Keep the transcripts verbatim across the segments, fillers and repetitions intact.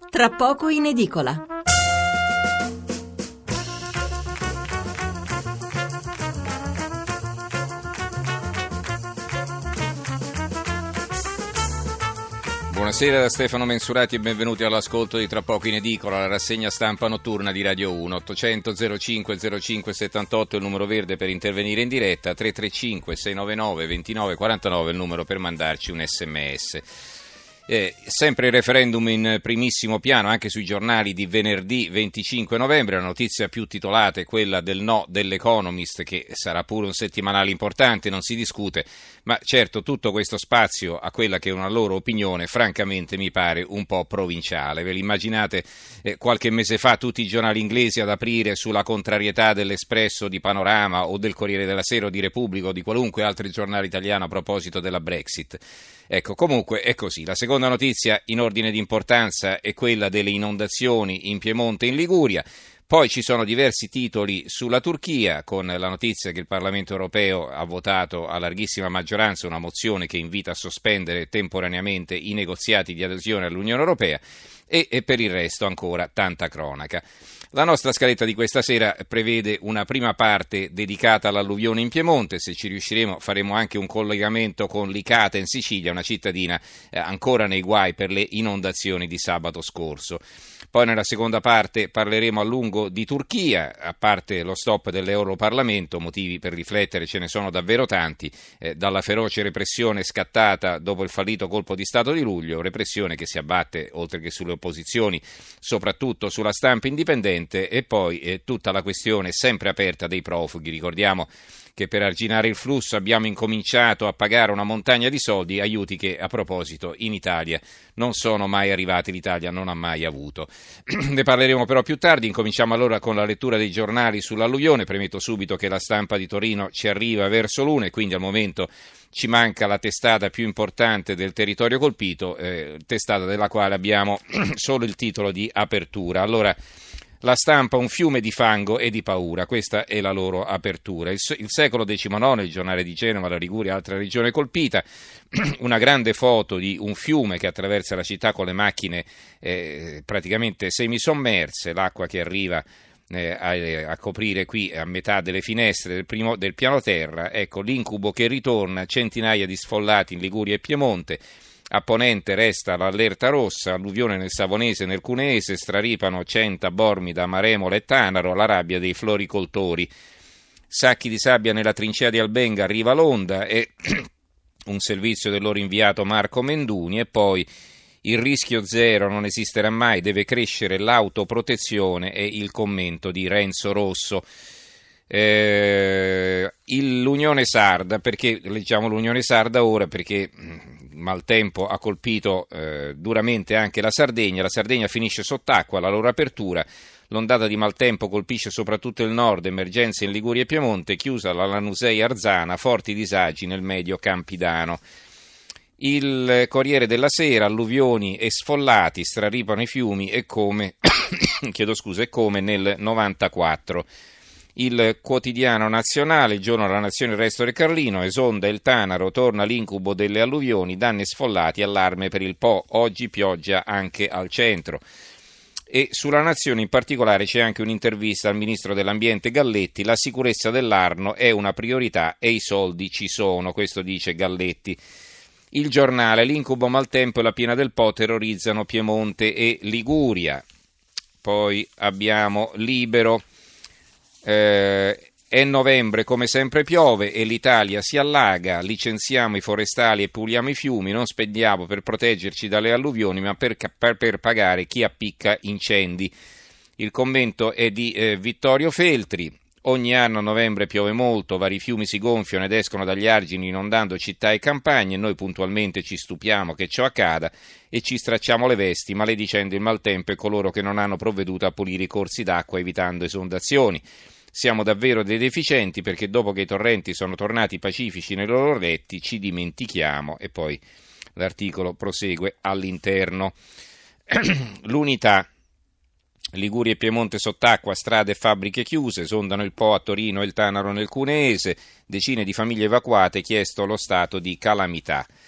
Tra poco in edicola. Buonasera da Stefano Mensurati e benvenuti all'ascolto di Tra poco in edicola, la rassegna stampa notturna di Radio uno. ottocento zero cinque zero cinque settantotto è il numero verde per intervenire in diretta, tre tre cinque sei nove nove due nove quattro nove è il numero per mandarci un sms. Eh, sempre il referendum in primissimo piano anche sui giornali di venerdì venticinque novembre. La notizia più titolata è quella del no dell'Economist, che sarà pure un settimanale importante, non si discute, ma certo tutto questo spazio a quella che è una loro opinione francamente mi pare un po' provinciale. Ve l'immaginate eh, qualche mese fa tutti i giornali inglesi ad aprire sulla contrarietà dell'Espresso, di Panorama o del Corriere della Sera o di Repubblica o di qualunque altro giornale italiano a proposito della Brexit? Ecco, comunque è così. La seconda notizia in ordine di importanza è quella delle inondazioni in Piemonte e in Liguria. Poi ci sono diversi titoli sulla Turchia, con la notizia che il Parlamento europeo ha votato a larghissima maggioranza una mozione che invita a sospendere temporaneamente i negoziati di adesione all'Unione Europea e, e per il resto ancora tanta cronaca. La nostra scaletta di questa sera prevede una prima parte dedicata all'alluvione in Piemonte. Se ci riusciremo faremo anche un collegamento con Licata in Sicilia, una cittadina eh, ancora nei guai per le inondazioni di sabato scorso. Poi nella seconda parte parleremo a lungo di Turchia, a parte lo stop dell'Europarlamento, motivi per riflettere ce ne sono davvero tanti, eh, dalla feroce repressione scattata dopo il fallito colpo di Stato di luglio, repressione che si abbatte oltre che sulle opposizioni, soprattutto sulla stampa indipendente, e poi eh, tutta la questione sempre aperta dei profughi. Ricordiamo che per arginare il flusso abbiamo incominciato a pagare una montagna di soldi, aiuti che a proposito in Italia non sono mai arrivati, l'Italia non ha mai avuto. Ne parleremo però più tardi. Incominciamo allora con la lettura dei giornali sull'alluvione. Premetto subito che la Stampa di Torino ci arriva verso l'una e quindi al momento ci manca la testata più importante del territorio colpito, eh, testata della quale abbiamo solo il titolo di apertura. Allora, La Stampa, un fiume di fango e di paura, questa è la loro apertura. Il, il secolo diciannove, il giornale di Genova, la Liguria, altra regione colpita, una grande foto di un fiume che attraversa la città con le macchine eh, praticamente semisommerse, l'acqua che arriva eh, a, a coprire qui a metà delle finestre del, primo, del piano terra. Ecco l'incubo che ritorna, centinaia di sfollati in Liguria e Piemonte. A ponente resta l'allerta rossa, alluvione nel Savonese e nel Cuneese, straripano Centa, Bormida, Maremola e Tanaro, la rabbia dei floricoltori. Sacchi di sabbia nella trincea di Albenga, arriva l'onda e un servizio del loro inviato Marco Menduni. E poi il rischio zero non esisterà mai, deve crescere l'autoprotezione, e il commento di Renzo Rosso. Eh, il, l'Unione Sarda, perché leggiamo l'Unione Sarda ora? Perché il maltempo ha colpito eh, duramente anche la Sardegna. La Sardegna finisce sott'acqua alla loro apertura, l'ondata di maltempo colpisce soprattutto il nord, emergenze in Liguria e Piemonte, chiusa la Lanusei Arzana, forti disagi nel medio Campidano. Il Corriere della Sera, alluvioni e sfollati, straripano i fiumi e come chiedo scusa, e come nel novantaquattro. Il Quotidiano Nazionale, il giorno della Nazione, il resto del Carlino, esonda il Tanaro, torna l'incubo delle alluvioni, danni sfollati, allarme per il Po, oggi pioggia anche al centro. E sulla Nazione in particolare c'è anche un'intervista al ministro dell'Ambiente Galletti, la sicurezza dell'Arno è una priorità e i soldi ci sono, questo dice Galletti. Il Giornale, l'incubo maltempo e la piena del Po terrorizzano Piemonte e Liguria. Poi abbiamo Libero. Eh, è novembre, come sempre piove e l'Italia si allaga, licenziamo i forestali e puliamo i fiumi, non spendiamo per proteggerci dalle alluvioni ma per, per, per pagare chi appicca incendi. Il commento è di eh, Vittorio Feltri. Ogni anno a novembre piove molto, vari fiumi si gonfiano ed escono dagli argini inondando città e campagne, e noi puntualmente ci stupiamo che ciò accada e ci stracciamo le vesti maledicendo il maltempo e coloro che non hanno provveduto a pulire i corsi d'acqua evitando esondazioni. Siamo davvero dei deficienti perché dopo che i torrenti sono tornati pacifici nei loro letti ci dimentichiamo. E poi l'articolo prosegue all'interno. L'Unità. Liguria e Piemonte sott'acqua, strade e fabbriche chiuse, esondano il Po a Torino e il Tanaro nel Cuneese, decine di famiglie evacuate, chiesto lo stato di calamità.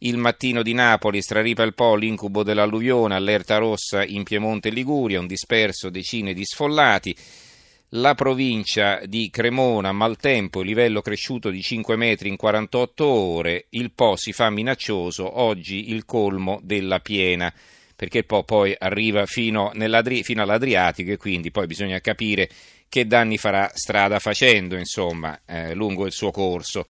Il Mattino di Napoli, straripa il Po, l'incubo dell'alluvione, allerta rossa in Piemonte e Liguria, un disperso, decine di sfollati. La provincia di Cremona, maltempo, livello cresciuto di cinque metri in quarantotto ore, il Po si fa minaccioso, oggi il colmo della piena, perché il Po poi arriva fino, fino all'Adriatico e quindi poi bisogna capire che danni farà strada facendo, insomma, eh, lungo il suo corso.